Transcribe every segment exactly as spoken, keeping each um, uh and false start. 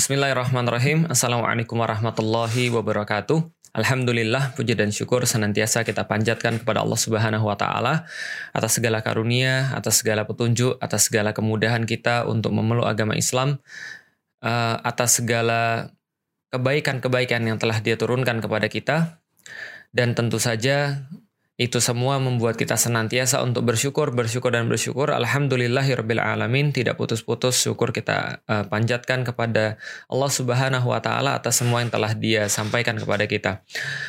Bismillahirrahmanirrahim. Assalamualaikum warahmatullahi wabarakatuh. Alhamdulillah, puji dan syukur senantiasa kita panjatkan kepada Allah Subhanahu wa Ta'ala atas segala karunia, atas segala petunjuk, atas segala kemudahan kita untuk memeluk agama Islam, uh, atas segala kebaikan-kebaikan yang telah Dia turunkan kepada kita, dan tentu saja itu semua membuat kita senantiasa untuk bersyukur, bersyukur dan bersyukur. Alhamdulillahirabbil alamin, tidak putus-putus syukur kita uh, panjatkan kepada Allah Subhanahu wa Ta'ala atas semua yang telah Dia sampaikan kepada kita.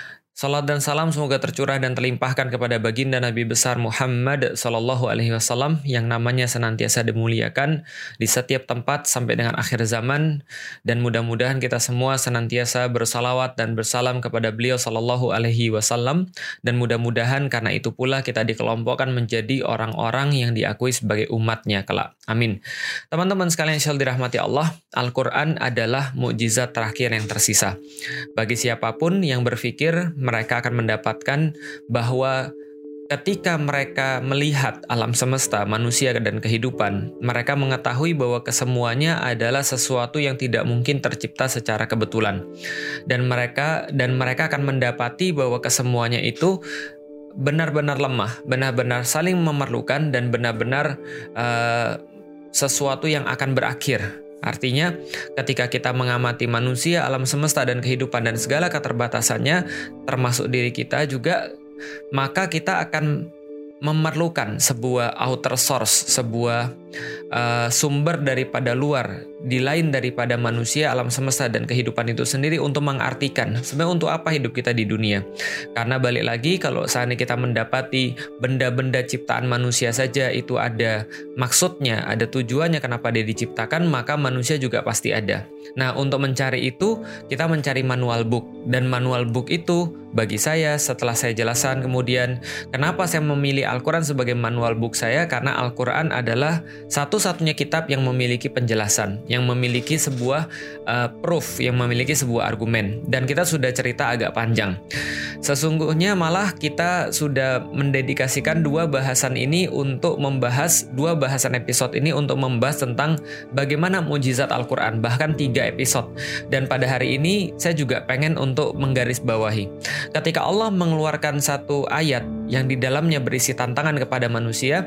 Salat dan salam semoga tercurah dan terlimpahkan kepada baginda Nabi besar Muhammad sallallahu alaihi wasallam yang namanya senantiasa dimuliakan di setiap tempat sampai dengan akhir zaman, dan mudah-mudahan kita semua senantiasa bersalawat dan bersalam kepada beliau sallallahu alaihi wasallam, dan mudah-mudahan karena itu pula kita dikelompokkan menjadi orang-orang yang diakui sebagai umatnya kelak. Amin. Teman-teman sekalian insyaallah dirahmati Allah, Al-Quran adalah mukjizat terakhir yang tersisa. Bagi siapapun yang berpikir mereka akan mendapatkan bahwa ketika mereka melihat alam semesta, manusia dan kehidupan, mereka mengetahui bahwa kesemuanya adalah sesuatu yang tidak mungkin tercipta secara kebetulan. Dan mereka dan mereka akan mendapati bahwa kesemuanya itu benar-benar lemah, benar-benar saling memerlukan, dan benar-benar uh, sesuatu yang akan berakhir. Artinya, ketika kita mengamati manusia, alam semesta, dan kehidupan, dan segala keterbatasannya, termasuk diri kita juga, maka kita akan memerlukan sebuah outer source, sebuah uh, sumber daripada luar, di lain daripada manusia, alam semesta, dan kehidupan itu sendiri untuk mengartikan sebenarnya untuk apa hidup kita di dunia. Karena balik lagi, kalau seandainya kita mendapati benda-benda ciptaan manusia saja itu ada maksudnya, ada tujuannya kenapa dia diciptakan, maka manusia juga pasti ada. Nah, untuk mencari itu, kita mencari manual book. Dan manual book itu, bagi saya, setelah saya jelaskan kemudian, kenapa saya memilih Al-Quran sebagai manual book saya, karena Al-Quran adalah satu-satunya kitab yang memiliki penjelasan, yang memiliki sebuah uh, proof, yang memiliki sebuah argumen. Dan kita sudah cerita agak panjang. Sesungguhnya malah kita sudah mendedikasikan dua bahasan ini untuk membahas, dua bahasan episode ini untuk membahas tentang bagaimana mukjizat Al-Quran, bahkan tiga episode. Dan pada hari ini saya juga pengen untuk menggarisbawahi. Ketika Allah mengeluarkan satu ayat yang di dalamnya berisi tantangan kepada manusia,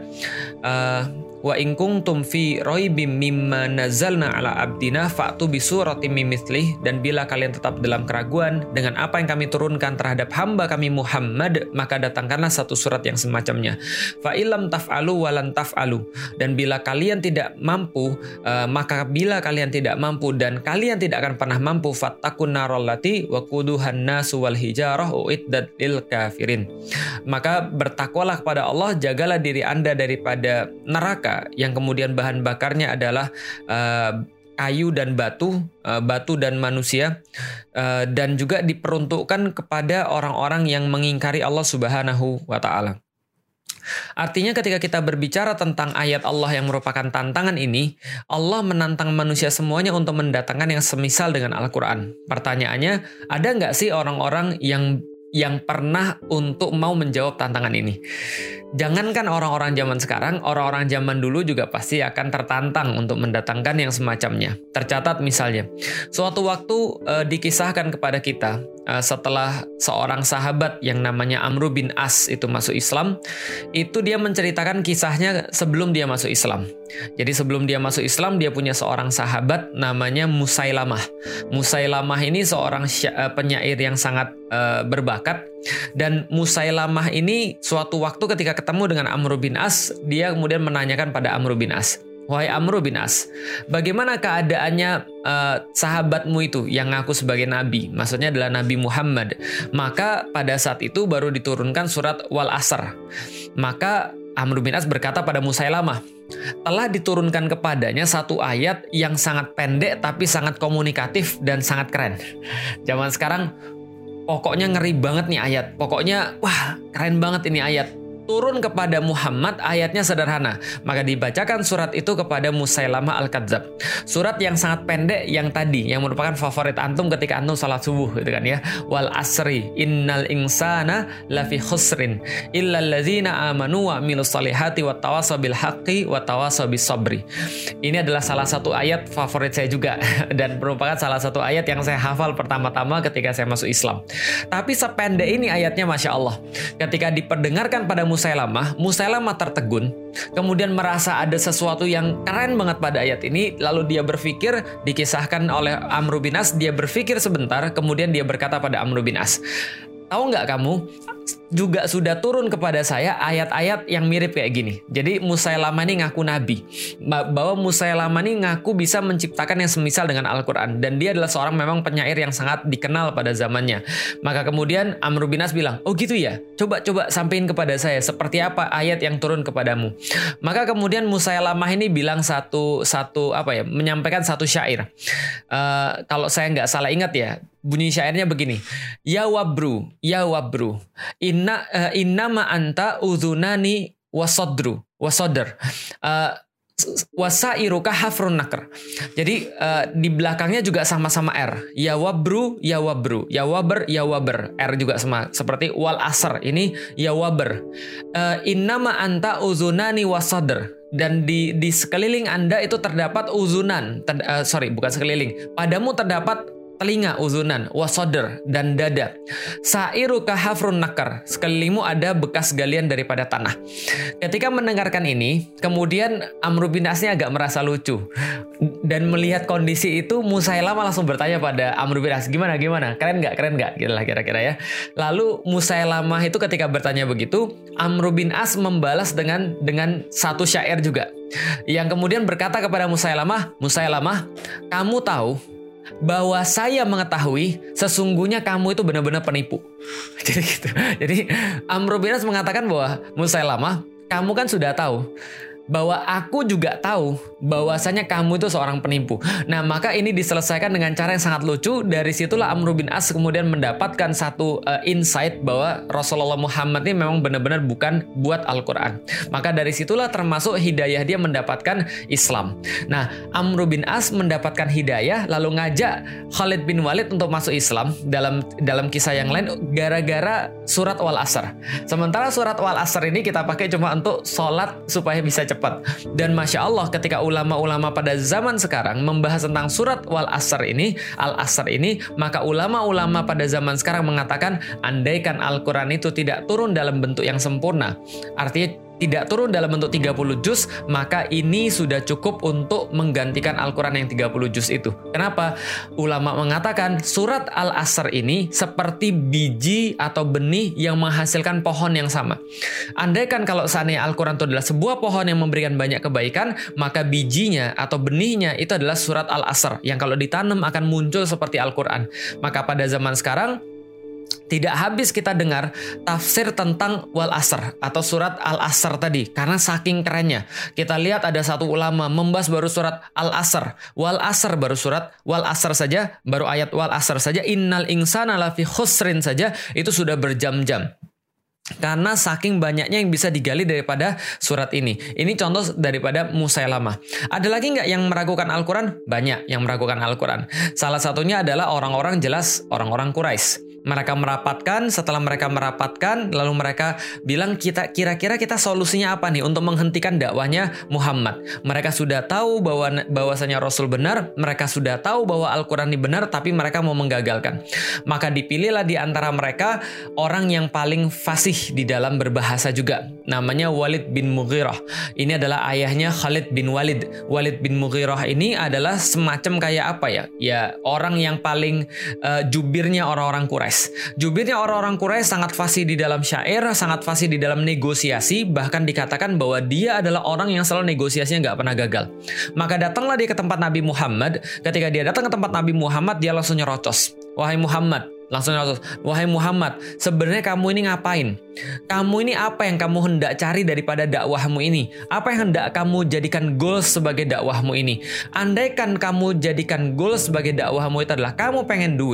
uh, wa in kuntum fi raibim mimma nazzalna ala abdina fa'tu bi suratim mimmithlih, dan bila kalian tetap dalam keraguan dengan apa yang kami turunkan terhadap hamba kami Muhammad, maka datangkanlah satu surat yang semacamnya. Fa illam taf'alu wa lan taf'alu, dan bila kalian tidak mampu, uh, maka bila kalian tidak mampu dan kalian tidak akan pernah mampu, fattaqun narallati waquduhan nasu wal hijarah uiddat lil kafirin. Maka bertakwalah kepada Allah, jagalah diri Anda daripada neraka yang kemudian bahan bakarnya adalah uh, kayu dan batu, uh, batu dan manusia, uh, dan juga diperuntukkan kepada orang-orang yang mengingkari Allah Subhanahu wa Ta'ala. Artinya ketika kita berbicara tentang ayat Allah yang merupakan tantangan ini, Allah menantang manusia semuanya untuk mendatangkan yang semisal dengan Al-Quran. Pertanyaannya, ada nggak sih orang-orang yang yang pernah untuk mau menjawab tantangan ini? Jangankan orang-orang zaman sekarang, orang-orang zaman dulu juga pasti akan tertantang untuk mendatangkan yang semacamnya. Tercatat misalnya, suatu waktu e, dikisahkan kepada kita e, setelah seorang sahabat yang namanya Amr bin As itu masuk Islam, itu dia menceritakan kisahnya sebelum dia masuk Islam. Jadi sebelum dia masuk Islam, dia punya seorang sahabat namanya Musailamah. Musailamah ini seorang sya- penyair yang sangat e, berbakat. Dan Musailamah ini suatu waktu ketika ketemu dengan Amr bin As, dia kemudian menanyakan pada Amr bin As, wahai Amr bin As, bagaimana keadaannya uh, sahabatmu itu yang ngaku sebagai nabi, maksudnya adalah Nabi Muhammad. Maka pada saat itu baru diturunkan surat Wal Asr. Maka Amr bin As berkata pada Musailamah, telah diturunkan kepadanya satu ayat yang sangat pendek tapi sangat komunikatif dan sangat keren. Zaman sekarang pokoknya ngeri banget nih ayat. Pokoknya wah keren banget ini ayat. turun kepada Muhammad ayatnya sederhana. Maka dibacakan surat itu kepada Musailamah Al-Kadzab. Surat yang sangat pendek yang tadi, yang merupakan favorit antum ketika antum salat subuh gitu kan ya. Wal asri innal insana lafi khusrin illal ladzina amanu wa amilus solihati wat tawasaw bil haqqi wat tawasaw bis sabri. Ini adalah salah satu ayat favorit saya juga dan merupakan salah satu ayat yang saya hafal pertama-tama ketika saya masuk Islam. Tapi sependek ini ayatnya Masya Allah. Ketika diperdengarkan pada Musailamah, Musailamah tertegun, kemudian merasa ada sesuatu yang keren banget pada ayat ini, lalu dia berpikir, dikisahkan oleh Amr bin As, dia berpikir sebentar, kemudian dia berkata pada Amr bin As, tahu nggak kamu, juga sudah turun kepada saya ayat-ayat yang mirip kayak gini. Jadi Musailamah ini ngaku nabi, bahwa Musailamah ini ngaku bisa menciptakan yang semisal dengan Al-Quran, dan dia adalah seorang memang penyair yang sangat dikenal pada zamannya. Maka kemudian Amr bin As bilang, oh gitu ya, coba-coba sampein kepada saya seperti apa ayat yang turun kepadamu. Maka kemudian Musailamah ini bilang satu satu apa ya, menyampaikan satu syair. Uh, kalau saya nggak salah ingat ya, bunyi syairnya begini, ya wabru, ya wabru, inna uh, innama anta udhunani wasodru wasodr uh, wasairuka hafrun nakr. Jadi uh, di belakangnya juga sama-sama R, ya wabru, ya wabru, ya waber, ya waber, R juga sama seperti wal asr ini ya waber. Uh, innama anta udhunani wasodr. Dan di di sekeliling Anda itu terdapat uzunan, ter, uh, sorry bukan sekeliling, padamu terdapat telinga, uzunan, wasoder, dan dada. Sairu kahafrun nakar, sekelilingmu ada bekas galian daripada tanah. Ketika mendengarkan ini, kemudian Amr bin As-nya agak merasa lucu. Dan melihat kondisi itu, Musailamah langsung bertanya pada Amr bin As, gimana, gimana? Keren nggak? Keren nggak? Gitu lah kira-kira ya. Lalu Musailamah itu ketika bertanya begitu, Amr bin As membalas dengan dengan satu syair juga. Yang kemudian berkata kepada Musailamah, Musailamah, kamu tahu bahwa saya mengetahui sesungguhnya kamu itu benar-benar penipu. Jadi gitu. Jadi Amr bin As mengatakan bahwa Musailamah, kamu kan sudah tahu bahwa aku juga tahu bahwasanya kamu itu seorang penipu. Nah, maka ini diselesaikan dengan cara yang sangat lucu. Dari situlah Amr bin As kemudian mendapatkan satu uh, insight bahwa Rasulullah Muhammad ini memang benar-benar bukan buat Al-Quran. Maka dari situlah termasuk hidayah dia mendapatkan Islam. Nah, Amr bin As mendapatkan hidayah lalu ngajak Khalid bin Walid untuk masuk Islam dalam dalam kisah yang lain gara-gara surat Wal Asr. Sementara surat Wal Asr ini kita pakai cuma untuk sholat supaya bisa cepat. Dan Masya Allah ketika ulama-ulama pada zaman sekarang membahas tentang surat Wal Asr ini, Al-Asr ini, maka ulama-ulama pada zaman sekarang mengatakan andaikan Al-Quran itu tidak turun dalam bentuk yang sempurna, artinya tidak turun dalam bentuk tiga puluh juz, maka ini sudah cukup untuk menggantikan Al-Quran yang tiga puluh juz itu. Kenapa? Ulama mengatakan surat Al-Asr ini seperti biji atau benih yang menghasilkan pohon yang sama. Andaikan kalau seandainya Al-Quran itu adalah sebuah pohon yang memberikan banyak kebaikan, maka bijinya atau benihnya itu adalah surat Al-Asr yang kalau ditanam akan muncul seperti Al-Quran. Maka pada zaman sekarang tidak habis kita dengar tafsir tentang Wal Asr atau surat Al-Asr tadi karena saking kerennya. Kita lihat ada satu ulama membahas baru surat Al-Asr, Wal Asr baru surat Wal Asr saja, baru ayat Wal Asr saja, innal insana lafi khusrin saja itu sudah berjam-jam. Karena saking banyaknya yang bisa digali daripada surat ini. Ini contoh daripada Musailamah. Ada lagi nggak yang meragukan Al-Quran? Banyak yang meragukan Al-Quran. Salah satunya adalah orang-orang jelas orang-orang Quraisy. Mereka merapatkan, setelah mereka merapatkan, lalu mereka bilang kita kira-kira kita solusinya apa nih untuk menghentikan dakwahnya Muhammad. Mereka sudah tahu bahwa bahwasanya Rasul benar, mereka sudah tahu bahwa Al-Quran ini benar, tapi mereka mau menggagalkan. Maka dipilihlah di antara mereka orang yang paling fasih di dalam berbahasa juga. Namanya Walid bin Mughirah. Ini adalah ayahnya Khalid bin Walid. Walid bin Mughirah ini adalah semacam kayak apa ya? Ya orang yang paling uh, jubirnya orang-orang Quraisy. Jubirnya orang-orang Quraisy sangat fasih di dalam syair, sangat fasih di dalam negosiasi, bahkan dikatakan bahwa dia adalah orang yang selalu negosiasinya nggak pernah gagal. Maka datanglah dia ke tempat Nabi Muhammad. Ketika dia datang ke tempat Nabi Muhammad, dia langsung nyerocos. Wahai Muhammad, langsung nyerocos. Wahai Muhammad, sebenarnya kamu ini ngapain? Kamu ini apa yang kamu hendak cari daripada dakwahmu ini? Apa yang hendak kamu jadikan goals sebagai dakwahmu ini? Andaikan kamu jadikan goals sebagai dakwahmu itu adalah kamu pengen duit,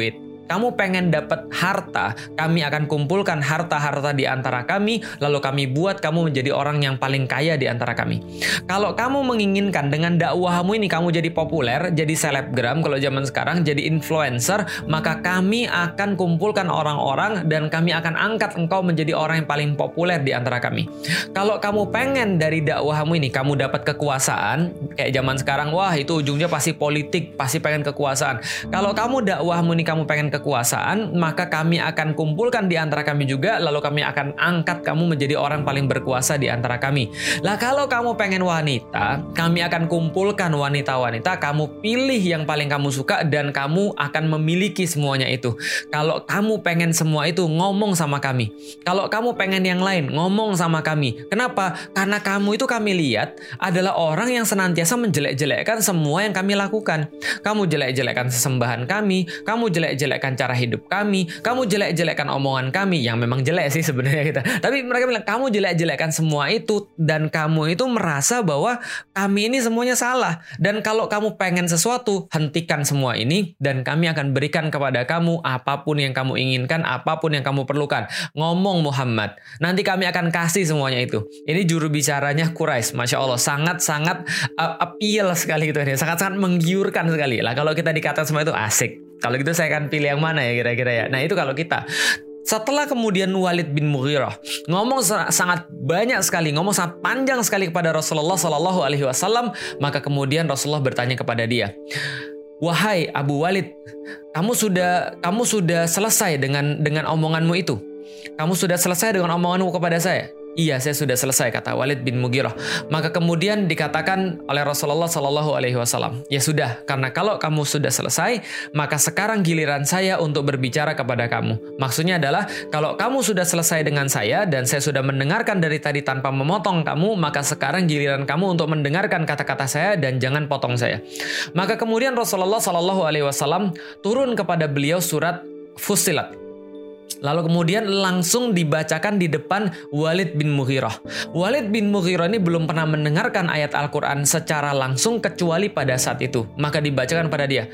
Kamu pengen dapat harta, kami akan kumpulkan harta-harta di antara kami, lalu kami buat kamu menjadi orang yang paling kaya di antara kami. Kalau kamu menginginkan dengan dakwahmu ini kamu jadi populer, jadi selebgram kalau zaman sekarang, jadi influencer, maka kami akan kumpulkan orang-orang dan kami akan angkat engkau menjadi orang yang paling populer di antara kami. Kalau kamu pengen dari dakwahmu ini kamu dapat kekuasaan, kayak zaman sekarang, wah itu ujungnya pasti politik, pasti pengen kekuasaan. Kalau kamu dakwahmu ini kamu pengen kekuasaan, maka kami akan kumpulkan di antara kami juga, lalu kami akan angkat kamu menjadi orang paling berkuasa di antara kami. Lah kalau kamu pengen wanita, kami akan kumpulkan wanita-wanita, kamu pilih yang paling kamu suka dan kamu akan memiliki semuanya itu. Kalau kamu pengen semua itu, ngomong sama kami. Kalau kamu pengen yang lain, ngomong sama kami. Kenapa? Karena kamu itu kami lihat adalah orang yang senantiasa menjelek-jelekkan semua yang kami lakukan. Kamu jelek-jelekkan sesembahan kami, kamu jelek-jelekkan cara hidup kami, kamu jelek-jelekkan omongan kami, yang memang jelek sih sebenarnya kita. Tapi mereka bilang, kamu jelek-jelekkan semua itu, dan kamu itu merasa bahwa kami ini semuanya salah. Dan kalau kamu pengen sesuatu, hentikan semua ini, dan kami akan berikan kepada kamu apapun yang kamu inginkan, apapun yang kamu perlukan. Ngomong Muhammad, nanti kami akan kasih semuanya itu. Ini juru bicaranya Quraisy, Masya Allah, sangat-sangat uh, appeal sekali gitu, sangat-sangat menggiurkan sekali. Lah kalau kita dikatakan semua itu asik. Kalau gitu saya akan pilih yang mana ya kira-kira ya. Nah itu kalau kita. Setelah kemudian Walid bin Mughirah ngomong sangat banyak sekali, ngomong sangat panjang sekali kepada Rasulullah Shallallahu Alaihi Wasallam, maka kemudian Rasulullah bertanya kepada dia, wahai Abu Walid, kamu sudah kamu sudah selesai dengan dengan omonganmu itu? Kamu sudah selesai dengan omonganmu kepada saya? Iya, saya sudah selesai, kata Walid bin Mughirah. Maka kemudian dikatakan oleh Rasulullah Shallallahu Alaihi Wasallam, ya sudah, karena kalau kamu sudah selesai, maka sekarang giliran saya untuk berbicara kepada kamu. Maksudnya adalah kalau kamu sudah selesai dengan saya dan saya sudah mendengarkan dari tadi tanpa memotong kamu, maka sekarang giliran kamu untuk mendengarkan kata-kata saya dan jangan potong saya. Maka kemudian Rasulullah Shallallahu Alaihi Wasallam turun kepada beliau surat Fussilat. Lalu kemudian langsung dibacakan di depan Walid bin Mughirah. Walid bin Mughirah ini belum pernah mendengarkan ayat Al-Quran secara langsung kecuali pada saat itu. Maka dibacakan pada dia,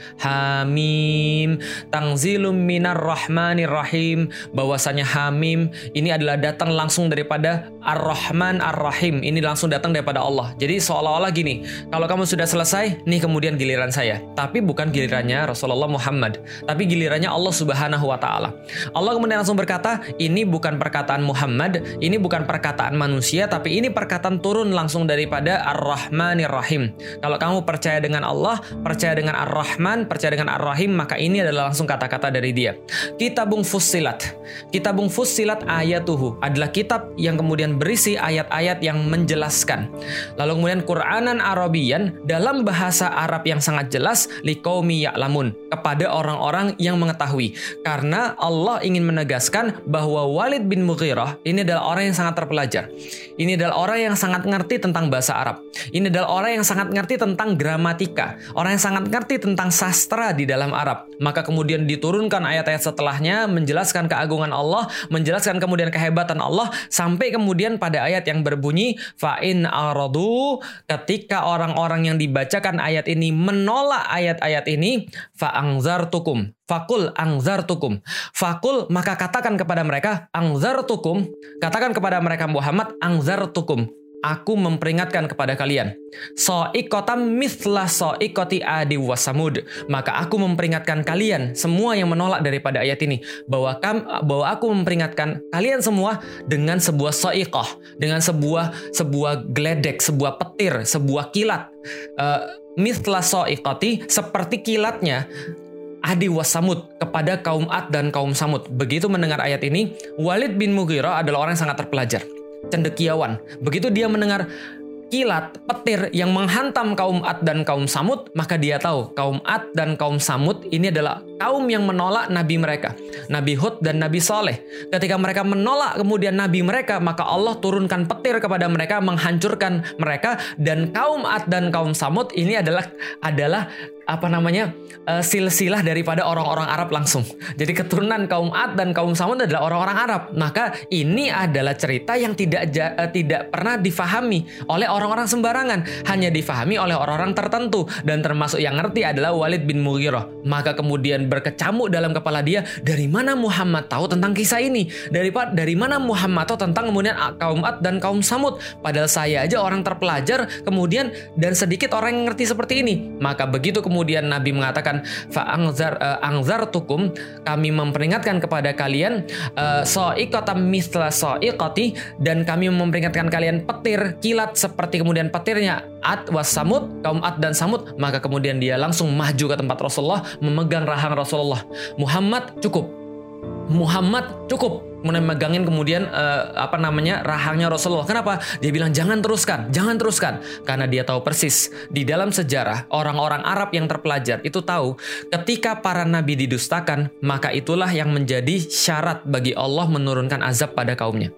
Hamim, Tanzilum minar rahmanir rahim. Bahwasanya Hamim ini adalah datang langsung daripada Ar-Rahman Ar-Rahim. Ini langsung datang daripada Allah. Jadi seolah-olah gini, kalau kamu sudah selesai, nih kemudian giliran saya. Tapi bukan gilirannya Rasulullah Muhammad, tapi gilirannya Allah Subhanahu wa Ta'ala. Allah kemudian langsung berkata, ini bukan perkataan Muhammad, ini bukan perkataan manusia, tapi ini perkataan turun langsung daripada Ar-Rahmanir Rahim. Kalau kamu percaya dengan Allah, percaya dengan Ar-Rahman, percaya dengan Ar-Rahim, maka ini adalah langsung kata-kata dari dia. Kitabung Fussilat. Kitabung Fussilat ayatuhu adalah kitab yang kemudian berisi ayat-ayat yang menjelaskan. Lalu kemudian Qur'anan Arabiyan, dalam bahasa Arab yang sangat jelas, liqaumi ya'lamun, kepada orang-orang yang mengetahui. Karena Allah ingin menegaskan bahwa Walid bin Mughirah ini adalah orang yang sangat terpelajar. Ini adalah orang yang sangat ngerti tentang bahasa Arab. Ini adalah orang yang sangat ngerti tentang gramatika. Orang yang sangat ngerti tentang sastra di dalam Arab. Maka kemudian diturunkan ayat-ayat setelahnya menjelaskan keagungan Allah, menjelaskan kemudian kehebatan Allah, sampai kemudian pada ayat yang berbunyi fa'in aradu, ketika orang-orang yang dibacakan ayat ini menolak ayat-ayat ini, fa'angzartukum, fakul angzartukum, fakul maka katakan kepada mereka, angzartukum, katakan kepada mereka Muhammad, angzartukum, aku memperingatkan kepada kalian. So'ikotam mithla so'ikoti adi wasamud, maka aku memperingatkan kalian semua yang menolak daripada ayat ini, bahwa kam, bahwa aku memperingatkan kalian semua dengan sebuah so'ikoh, dengan sebuah sebuah geledek, sebuah petir, sebuah kilat. Uh, mithla so'ikoti, seperti kilatnya Adi wasamud, kepada kaum Ad dan kaum Samud. Begitu mendengar ayat ini, Walid bin Mughirah adalah orang yang sangat terpelajar, cendekiawan. Begitu dia mendengar kilat, petir yang menghantam kaum Ad dan kaum Samud, maka dia tahu kaum Ad dan kaum Samud ini adalah kaum yang menolak nabi mereka, Nabi Hud dan Nabi Saleh. Ketika mereka menolak kemudian nabi mereka, maka Allah turunkan petir kepada mereka, menghancurkan mereka. Dan kaum Ad dan kaum Samud ini adalah adalah apa namanya uh, silsilah daripada orang-orang Arab langsung. Jadi keturunan kaum Ad dan kaum Samud adalah orang-orang Arab. Maka ini adalah cerita yang tidak uh, tidak pernah difahami oleh orang-orang sembarangan, hanya difahami oleh orang-orang tertentu, dan termasuk yang ngerti adalah Walid bin Mughirah. Maka kemudian berkecamuk dalam kepala dia, dari mana Muhammad tahu tentang kisah ini? Dari, dari mana Muhammad tahu tentang kemudian kaum Ad dan kaum Samud? Padahal saya aja orang terpelajar, kemudian dan sedikit orang yang ngerti seperti ini. Maka begitu kemudian Nabi mengatakan, fa'angzar uh, angzartukum, kami memperingatkan kepada kalian, uh, sa'iqatan mithla sa'iqati, dan kami memperingatkan kalian petir kilat seperti kemudian petirnya Ad was Samud, kaum Ad dan Samud. Maka kemudian dia langsung maju ke tempat Rasulullah, memegang rahang Rasulullah. Muhammad cukup, Muhammad cukup memegangin kemudian uh, apa namanya rahangnya Rasulullah. Kenapa? Dia bilang jangan teruskan, jangan teruskan, karena dia tahu persis di dalam sejarah orang-orang Arab yang terpelajar itu tahu ketika para nabi didustakan, maka itulah yang menjadi syarat bagi Allah menurunkan azab pada kaumnya.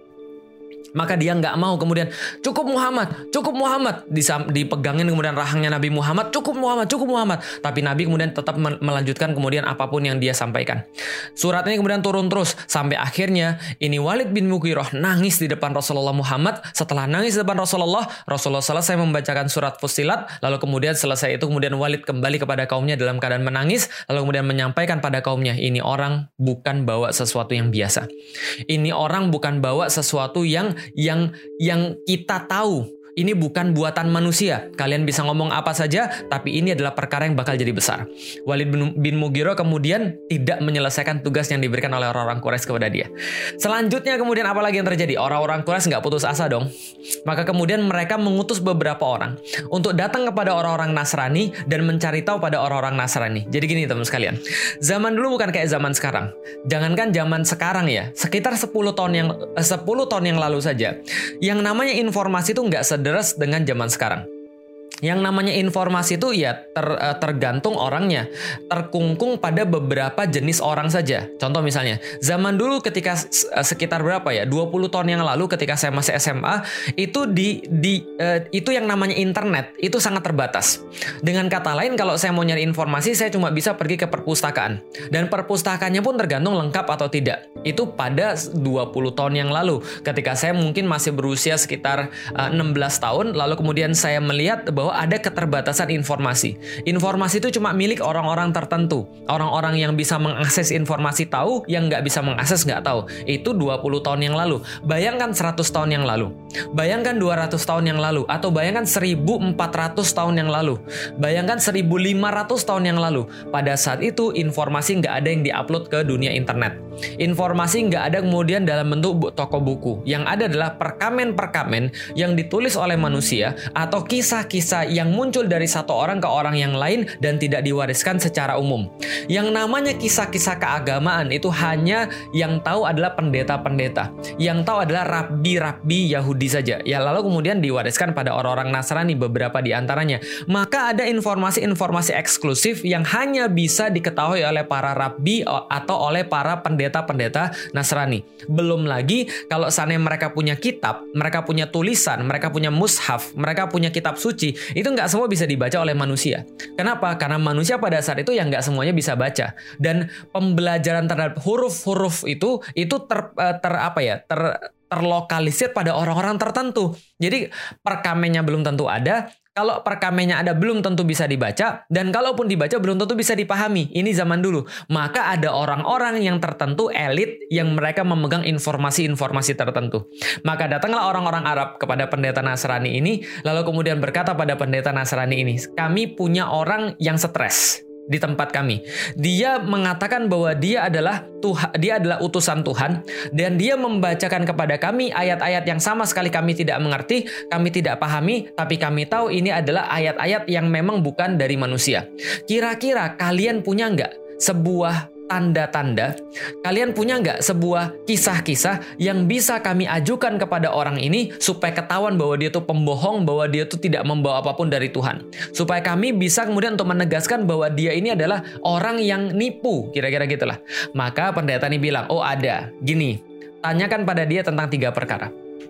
Maka dia nggak mau kemudian cukup Muhammad, cukup Muhammad, dipegangin kemudian rahangnya Nabi Muhammad, cukup Muhammad, cukup Muhammad. Tapi Nabi kemudian tetap melanjutkan kemudian apapun yang dia sampaikan. Surat ini kemudian turun terus sampai akhirnya ini Walid bin Mughirah nangis di depan Rasulullah Muhammad. Setelah nangis di depan Rasulullah, Rasulullah selesai membacakan surat Fussilat, lalu kemudian selesai itu kemudian Walid kembali kepada kaumnya dalam keadaan menangis, lalu kemudian menyampaikan pada kaumnya, ini orang bukan bawa sesuatu yang biasa. Ini orang bukan bawa sesuatu yang yang yang kita tahu. Ini bukan buatan manusia. Kalian bisa ngomong apa saja, tapi ini adalah perkara yang bakal jadi besar. Walid bin, bin Mughirah kemudian tidak menyelesaikan tugas yang diberikan oleh orang-orang Quraisy kepada dia. Selanjutnya kemudian apa lagi yang terjadi? Orang-orang Quraisy nggak putus asa dong. Maka kemudian mereka mengutus beberapa orang untuk datang kepada orang-orang Nasrani dan mencari tahu pada orang-orang Nasrani. Jadi gini teman sekalian, zaman dulu bukan kayak zaman sekarang. Jangankan zaman sekarang ya, sekitar sepuluh tahun yang sepuluh tahun yang lalu saja, yang namanya informasi itu nggak sedang deres dengan zaman sekarang. Yang namanya informasi itu ya ter, tergantung orangnya, terkungkung pada beberapa jenis orang saja. Contoh misalnya, zaman dulu ketika sekitar berapa ya, dua puluh tahun yang lalu ketika saya masih S M A, itu di, di uh, itu yang namanya internet itu sangat terbatas. Dengan kata lain, kalau saya mau nyari informasi, saya cuma bisa pergi ke perpustakaan. Dan perpustakaannya pun tergantung lengkap atau tidak. Itu pada dua puluh tahun yang lalu, ketika saya mungkin masih berusia sekitar uh, enam belas tahun, lalu kemudian saya melihat bahwa bahwa ada keterbatasan informasi. Informasi itu cuma milik orang-orang tertentu. Orang-orang yang bisa mengakses informasi tahu, yang nggak bisa mengakses nggak tahu. Itu dua puluh tahun yang lalu. Bayangkan seratus tahun yang lalu. Bayangkan dua ratus tahun yang lalu. Atau bayangkan seribu empat ratus tahun yang lalu. Bayangkan seribu lima ratus tahun yang lalu. Pada saat itu informasi nggak ada yang diupload ke dunia internet. Informasi nggak ada kemudian dalam bentuk toko buku. Yang ada adalah perkamen-perkamen yang ditulis oleh manusia atau kisah-kisah yang muncul dari satu orang ke orang yang lain dan tidak diwariskan secara umum. Yang namanya kisah-kisah keagamaan itu hanya yang tahu adalah pendeta-pendeta. Yang tahu adalah rabbi-rabbi Yahudi saja. Ya lalu kemudian diwariskan pada orang-orang Nasrani beberapa di antaranya. Maka ada informasi-informasi eksklusif yang hanya bisa diketahui oleh para rabbi atau oleh para pendeta-pendeta Nasrani. Belum lagi kalau seandainya mereka punya kitab, mereka punya tulisan, mereka punya mushaf, mereka punya kitab suci, itu nggak semua bisa dibaca oleh manusia. Kenapa? Karena manusia pada saat itu yang nggak semuanya bisa baca. Dan pembelajaran terhadap huruf-huruf itu itu ter, ter apa ya ter terlokalisir pada orang-orang tertentu. Jadi perkamennya belum tentu ada. Kalau perkamennya ada belum tentu bisa dibaca, dan kalaupun dibaca belum tentu bisa dipahami. Ini zaman dulu. Maka ada orang-orang yang tertentu, elit, yang mereka memegang informasi-informasi tertentu. Maka datanglah orang-orang Arab kepada pendeta Nasrani ini, lalu kemudian berkata pada pendeta Nasrani ini, kami punya orang yang stres di tempat kami. Dia mengatakan bahwa dia adalah Tuhan, dia adalah utusan Tuhan, dan dia membacakan kepada kami ayat-ayat yang sama sekali kami tidak mengerti, kami tidak pahami, tapi kami tahu ini adalah ayat-ayat yang memang bukan dari manusia. Kira-kira kalian punya nggak sebuah tanda-tanda, kalian punya nggak sebuah kisah-kisah yang bisa kami ajukan kepada orang ini supaya ketahuan bahwa dia tuh pembohong, bahwa dia tuh tidak membawa apapun dari Tuhan, supaya kami bisa kemudian untuk menegaskan bahwa dia ini adalah orang yang nipu, kira-kira gitulah. Maka pendeta ini bilang, oh ada, gini, tanyakan pada dia tentang tiga perkara.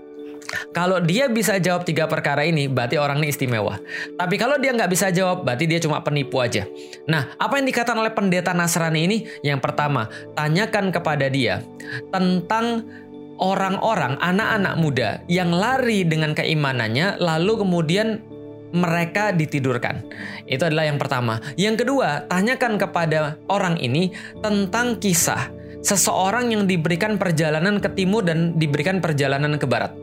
Kalau dia bisa jawab tiga perkara ini, berarti orang ini istimewa. Tapi kalau dia nggak bisa jawab, berarti dia cuma penipu aja. Nah, apa yang dikatakan oleh pendeta Nasrani ini? Yang pertama, tanyakan kepada dia tentang orang-orang, anak-anak muda yang lari dengan keimanannya, lalu kemudian mereka ditidurkan. Itu adalah yang pertama. Yang kedua, tanyakan kepada orang ini tentang kisah seseorang yang diberikan perjalanan ke timur dan diberikan perjalanan ke barat.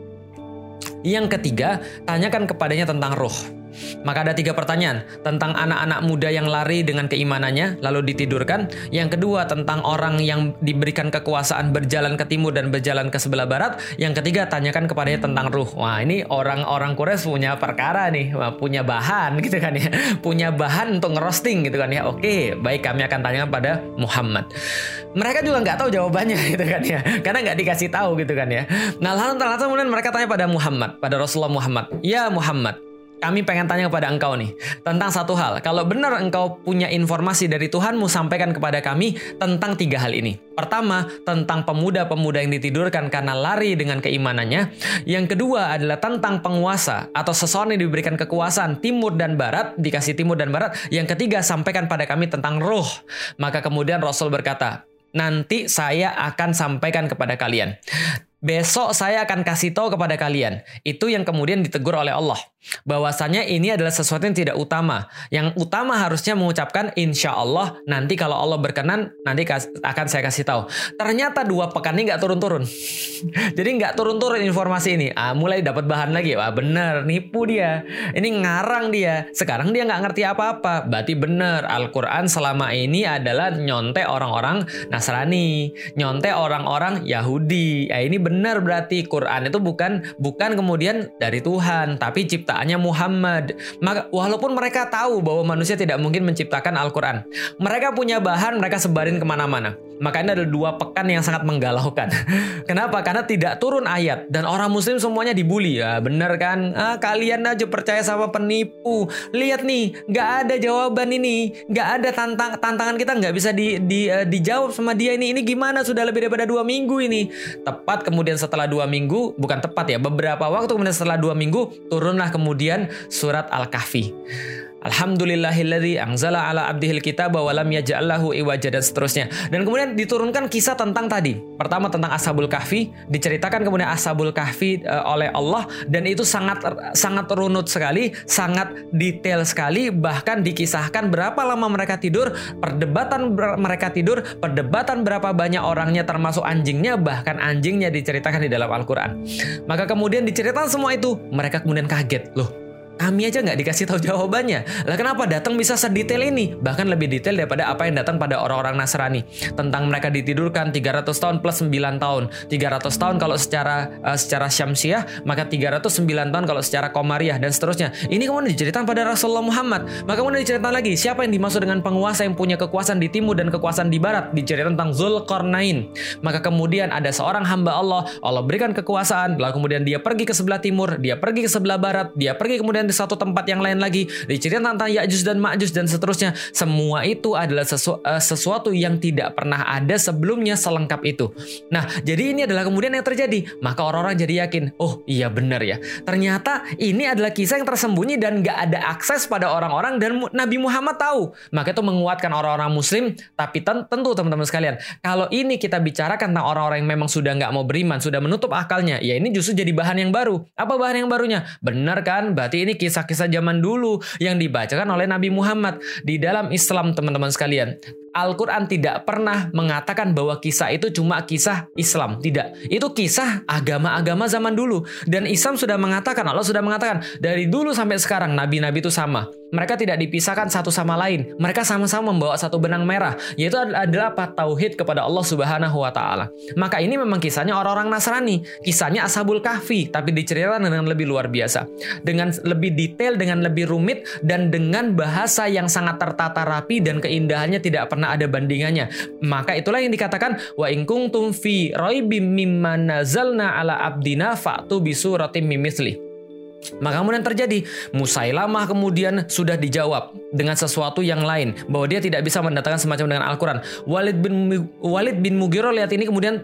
Yang ketiga, tanyakan kepadanya tentang ruh. Maka ada tiga pertanyaan, tentang anak-anak muda yang lari dengan keimanannya lalu ditidurkan. Yang kedua, tentang orang yang diberikan kekuasaan berjalan ke timur dan berjalan ke sebelah barat. Yang ketiga, tanyakan kepadanya tentang ruh. Wah, ini orang-orang Quraisy punya perkara nih, wah, punya bahan gitu kan ya, punya bahan untuk ngerosting gitu kan ya. Oke, baik, kami akan tanyakan pada Muhammad. Mereka juga nggak tahu jawabannya gitu kan ya, karena nggak dikasih tahu gitu kan ya. Nah, lalu kemudian mereka tanya pada Muhammad, pada Rasulullah Muhammad, ya Muhammad, kami pengen tanya kepada engkau nih tentang satu hal. Kalau benar engkau punya informasi dari Tuhanmu, sampaikan kepada kami tentang tiga hal ini. Pertama, tentang pemuda-pemuda yang ditidurkan karena lari dengan keimanannya. Yang kedua adalah tentang penguasa atau seseorang yang diberikan kekuasaan timur dan barat, dikasih timur dan barat. Yang ketiga, sampaikan pada kami tentang ruh. Maka kemudian Rasul berkata, nanti saya akan sampaikan kepada kalian. Besok saya akan kasih tahu kepada kalian. Itu yang kemudian ditegur oleh Allah. Bahwasanya ini adalah sesuatu yang tidak utama. Yang utama harusnya mengucapkan insya Allah, nanti kalau Allah berkenan, nanti akan saya kasih tahu. Ternyata dua pekan ini nggak turun-turun. Jadi nggak turun-turun informasi ini. Ah, mulai dapat bahan lagi. Wah, bener, nipu dia. Ini ngarang dia. Sekarang dia nggak ngerti apa-apa. Berarti bener, Al-Quran selama ini adalah nyontek orang-orang Nasrani. Nyontek orang-orang Yahudi. Ya, ini bener. Benar, berarti Quran itu bukan bukan kemudian dari Tuhan, tapi ciptaannya Muhammad. Maka walaupun mereka tahu bahwa manusia tidak mungkin menciptakan Al-Quran, mereka punya bahan, mereka sebarin kemana-mana. Maka ini ada dua pekan yang sangat menggalaukan. Kenapa? Karena tidak turun ayat dan orang Muslim semuanya dibully. Ya benar kan? Ah, kalian aja percaya sama penipu. Lihat nih, nggak ada jawaban ini, nggak ada tantang tantangan kita nggak bisa di, di, uh, dijawab sama dia ini. Ini gimana? Sudah lebih daripada dua minggu ini. Tepat kemudian setelah dua minggu, bukan tepat ya, beberapa waktu kemudian setelah dua minggu turunlah kemudian surat Al-Kahfi. Alhamdulillahilladzi anzala ala abdihil kitaba wa lam yaj'al lahu iwaja, dan seterusnya. Dan kemudian diturunkan kisah tentang tadi. Pertama tentang Ashabul Kahfi, diceritakan kemudian Ashabul Kahfi uh, oleh Allah, dan itu sangat sangat runut sekali, sangat detail sekali, bahkan dikisahkan berapa lama mereka tidur, perdebatan ber- mereka tidur, perdebatan berapa banyak orangnya termasuk anjingnya, bahkan anjingnya diceritakan di dalam Al-Qur'an. Maka kemudian diceritakan semua itu, mereka kemudian kaget, loh, kami aja nggak dikasih tahu jawabannya. Lah kenapa datang bisa sedetail ini? Bahkan lebih detail daripada apa yang datang pada orang-orang Nasrani. Tentang mereka ditidurkan tiga ratus tahun plus sembilan tahun. tiga ratus tahun kalau secara uh, secara Syamsiah, maka tiga ratus sembilan tahun kalau secara Qamariyah, dan seterusnya. Ini kemudian diceritakan pada Rasulullah Muhammad. Maka kemudian diceritakan lagi siapa yang dimaksud dengan penguasa yang punya kekuasaan di timur dan kekuasaan di barat. Diceritakan tentang Zulkarnain. Maka kemudian ada seorang hamba Allah, Allah berikan kekuasaan, lalu kemudian dia pergi ke sebelah timur, dia pergi ke sebelah barat, dia pergi kemudian di satu tempat yang lain lagi, diceritakan tentang Ya'juj dan Ma'juj dan seterusnya. Semua itu adalah sesu, uh, sesuatu yang tidak pernah ada sebelumnya selengkap itu. Nah, jadi ini adalah kemudian yang terjadi. Maka orang-orang jadi yakin, oh iya benar ya, ternyata ini adalah kisah yang tersembunyi dan gak ada akses pada orang-orang, dan Nabi Muhammad tahu. Maka itu menguatkan orang-orang Muslim. Tapi ten- tentu teman-teman sekalian, kalau ini kita bicarakan tentang orang-orang yang memang sudah gak mau beriman, sudah menutup akalnya, ya ini justru jadi bahan yang baru. Apa bahan yang barunya? Benar kan? Berarti ini kisah kisah zaman dulu yang dibacakan oleh Nabi Muhammad. Di dalam Islam teman-teman sekalian, Al-Quran tidak pernah mengatakan bahwa kisah itu cuma kisah Islam. Tidak. Itu kisah agama-agama zaman dulu. Dan Islam sudah mengatakan, Allah sudah mengatakan, dari dulu sampai sekarang Nabi-Nabi itu sama. Mereka tidak dipisahkan satu sama lain. Mereka sama-sama membawa satu benang merah. Yaitu adalah apa? Tauhid kepada Allah Subhanahu wa Ta'ala. Maka ini memang kisahnya orang-orang Nasrani. Kisahnya Ashabul Kahfi. Tapi diceritakan dengan lebih luar biasa. Dengan lebih detail, dengan lebih rumit, dan dengan bahasa yang sangat tertata rapi, dan keindahannya tidak pernah ada bandingannya. Maka itulah yang dikatakan wa in kuntum fi raibim mimma nazalna ala abdina fa'tu bi suratim mimithli. Maka kemudian terjadi Musailamah kemudian sudah dijawab dengan sesuatu yang lain, bahwa dia tidak bisa mendatangkan semacam dengan Al-Quran. Walid bin Walid bin Mughirah lihat ini kemudian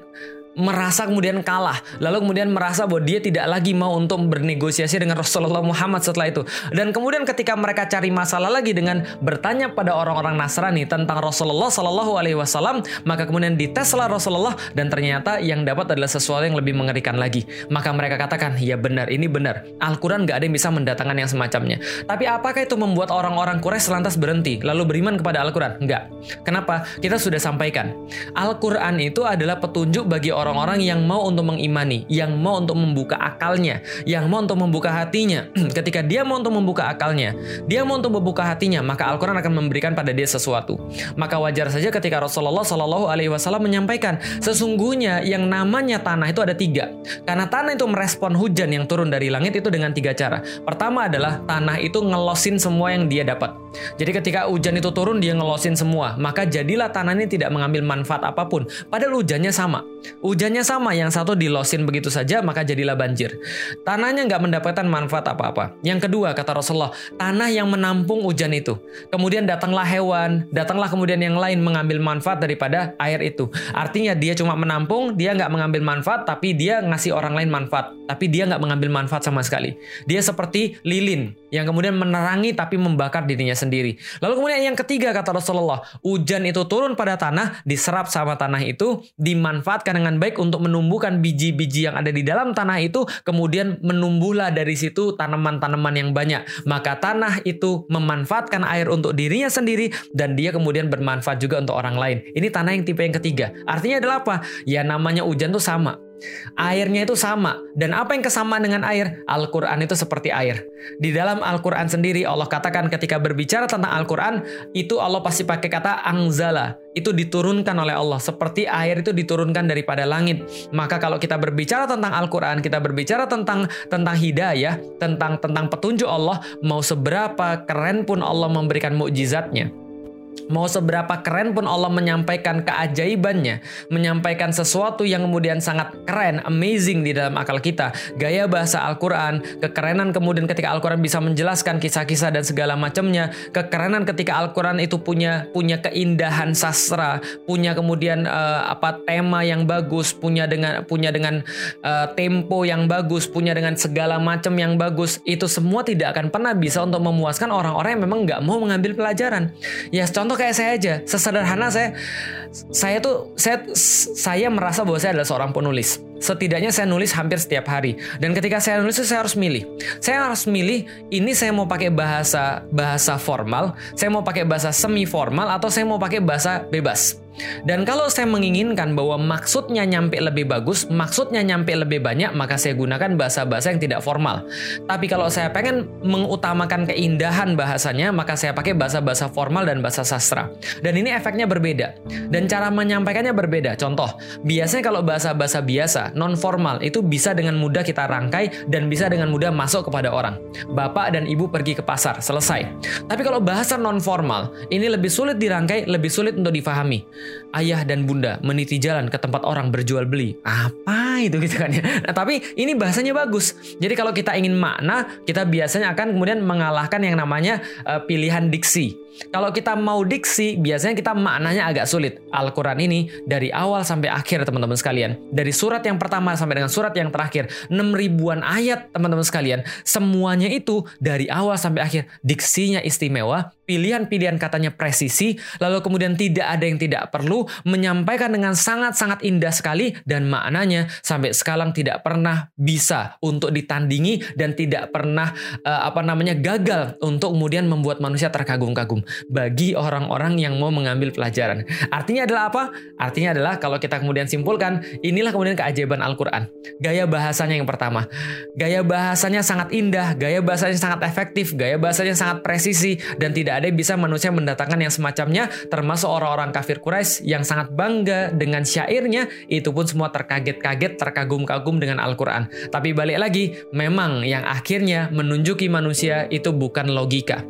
merasa kemudian kalah, lalu kemudian merasa bahwa dia tidak lagi mau untuk bernegosiasi dengan Rasulullah Muhammad setelah itu. Dan kemudian ketika mereka cari masalah lagi dengan bertanya pada orang-orang Nasrani tentang Rasulullah Shallallahu Alaihi Wasallam, maka kemudian diteslah Rasulullah dan ternyata yang dapat adalah sesuatu yang lebih mengerikan lagi. Maka mereka katakan, ya benar, ini benar. Al-Quran gak ada yang bisa mendatangkan yang semacamnya. Tapi apakah itu membuat orang-orang Quraisy lantas berhenti lalu beriman kepada Al-Quran? Enggak. Kenapa? Kita sudah sampaikan. Al-Quran itu adalah petunjuk bagi orang-orang yang mau untuk mengimani, yang mau untuk membuka akalnya, yang mau untuk membuka hatinya. Ketika dia mau untuk membuka akalnya, dia mau untuk membuka hatinya, maka Al-Quran akan memberikan pada dia sesuatu. Maka wajar saja ketika Rasulullah Shallallahu Alaihi Wasallam menyampaikan, sesungguhnya yang namanya tanah itu ada tiga. Karena tanah itu merespon hujan yang turun dari langit itu dengan tiga cara. Pertama adalah tanah itu ngelosin semua yang dia dapat. Jadi ketika hujan itu turun, dia ngelosin semua. Maka jadilah tanah ini tidak mengambil manfaat apapun. Padahal hujannya sama. Hujannya sama, yang satu dilosin begitu saja, maka jadilah banjir. Tanahnya nggak mendapatkan manfaat apa-apa. Yang kedua, kata Rasulullah, tanah yang menampung hujan itu. Kemudian datanglah hewan, datanglah kemudian yang lain mengambil manfaat daripada air itu. Artinya dia cuma menampung, dia nggak mengambil manfaat, tapi dia ngasih orang lain manfaat. Tapi dia nggak mengambil manfaat sama sekali. Dia seperti lilin yang kemudian menerangi tapi membakar dirinya sendiri. Lalu kemudian yang ketiga, kata Rasulullah, hujan itu turun pada tanah, diserap sama tanah itu, dimanfaatkan dengan baik untuk menumbuhkan biji-biji yang ada di dalam tanah itu, kemudian menumbuhlah dari situ tanaman-tanaman yang banyak. Maka tanah itu memanfaatkan air untuk dirinya sendiri dan dia kemudian bermanfaat juga untuk orang lain. Ini tanah yang tipe yang ketiga. Artinya adalah apa? Ya namanya hujan itu sama. Airnya itu sama. Dan apa yang kesamaan dengan air? Al-Quran itu seperti air. Di dalam Al-Quran sendiri Allah katakan ketika berbicara tentang Al-Quran, itu Allah pasti pakai kata angzala. Itu diturunkan oleh Allah. Seperti air itu diturunkan daripada langit. Maka kalau kita berbicara tentang Al-Quran, kita berbicara tentang tentang hidayah, tentang tentang petunjuk Allah, mau seberapa keren pun Allah memberikan mukjizatnya, mau seberapa keren pun Allah menyampaikan keajaibannya, menyampaikan sesuatu yang kemudian sangat keren, amazing di dalam akal kita, gaya bahasa Al-Quran, kekerenan kemudian ketika Al-Quran bisa menjelaskan kisah-kisah dan segala macamnya, kekerenan ketika Al-Quran itu punya punya keindahan sastra, punya kemudian uh, apa tema yang bagus, punya dengan punya dengan uh, tempo yang bagus, punya dengan segala macam yang bagus, itu semua tidak akan pernah bisa untuk memuaskan orang-orang yang memang nggak mau mengambil pelajaran. Ya contoh kayak saya aja, sesederhana saya saya tuh saya saya merasa bahwa saya adalah seorang penulis. Setidaknya saya nulis hampir setiap hari. Dan ketika saya nulis saya harus milih. Saya harus milih ini saya mau pakai bahasa bahasa formal, saya mau pakai bahasa semi formal, atau saya mau pakai bahasa bebas. Dan kalau saya menginginkan bahwa maksudnya nyampe lebih bagus, maksudnya nyampe lebih banyak, maka saya gunakan bahasa-bahasa yang tidak formal. Tapi kalau saya pengen mengutamakan keindahan bahasanya, maka saya pakai bahasa-bahasa formal dan bahasa sastra. Dan ini efeknya berbeda. Dan cara menyampaikannya berbeda. Contoh, biasanya kalau bahasa-bahasa biasa, non-formal, itu bisa dengan mudah kita rangkai dan bisa dengan mudah masuk kepada orang. Bapak dan ibu pergi ke pasar, selesai. Tapi kalau bahasa non-formal, ini lebih sulit dirangkai, lebih sulit untuk difahami. Ayah dan bunda meniti jalan ke tempat orang berjual beli. Apa itu gitu kan ya. Nah, tapi ini bahasanya bagus. Jadi kalau kita ingin makna, kita biasanya akan kemudian mengalahkan yang namanya uh, pilihan diksi. Kalau kita mau diksi, biasanya kita maknanya agak sulit. Al-Quran ini dari awal sampai akhir, teman-teman sekalian. Dari surat yang pertama sampai dengan surat yang terakhir. enam ribuan ayat, teman-teman sekalian. Semuanya itu dari awal sampai akhir. Diksinya istimewa, pilihan-pilihan katanya presisi, lalu kemudian tidak ada yang tidak perlu, menyampaikan dengan sangat-sangat indah sekali, dan maknanya sampai sekarang tidak pernah bisa untuk ditandingi, dan tidak pernah uh, apa namanya gagal untuk kemudian membuat manusia terkagum-kagum bagi orang-orang yang mau mengambil pelajaran. Artinya adalah apa? Artinya adalah kalau kita kemudian simpulkan, inilah kemudian keajaiban Al-Quran. Gaya bahasanya yang pertama. Gaya bahasanya sangat indah, gaya bahasanya sangat efektif, gaya bahasanya sangat presisi, dan tidak ada yang bisa manusia mendatangkan yang semacamnya, termasuk orang-orang kafir Quraisy yang sangat bangga dengan syairnya, itu pun semua terkaget-kaget, terkagum-kagum dengan Al-Quran. Tapi balik lagi, memang yang akhirnya menunjuki manusia itu bukan logika.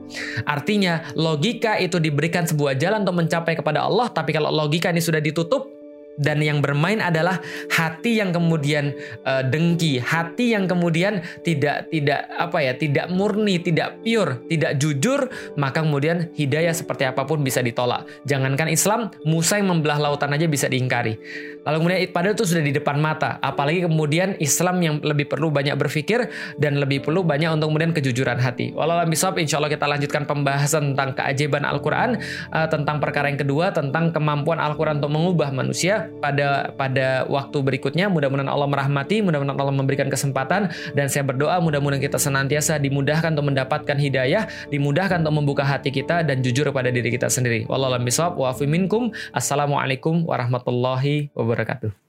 Artinya, logika itu diberikan sebuah jalan untuk mencapai kepada Allah, tapi kalau logika ini sudah ditutup, dan yang bermain adalah hati yang kemudian uh, dengki, hati yang kemudian tidak tidak apa ya, tidak murni, tidak pure, tidak jujur, maka kemudian hidayah seperti apapun bisa ditolak. Jangankan Islam, Musa yang membelah lautan aja bisa diingkari. Lalu kemudian padahal itu sudah di depan mata, apalagi kemudian Islam yang lebih perlu banyak berpikir dan lebih perlu banyak untuk kemudian kejujuran hati. Wallahualam bishawab, insyaallah kita lanjutkan pembahasan tentang keajaiban Al-Qur'an, uh, tentang perkara yang kedua, tentang kemampuan Al-Qur'an untuk mengubah manusia pada pada waktu berikutnya. Mudah-mudahan Allah merahmati, mudah-mudahan Allah memberikan kesempatan, dan saya berdoa mudah-mudahan kita senantiasa dimudahkan untuk mendapatkan hidayah, dimudahkan untuk membuka hati kita dan jujur pada diri kita sendiri. Wallahualam bishawab, wa afu minkum. Assalamualaikum warahmatullahi wabarakatuh.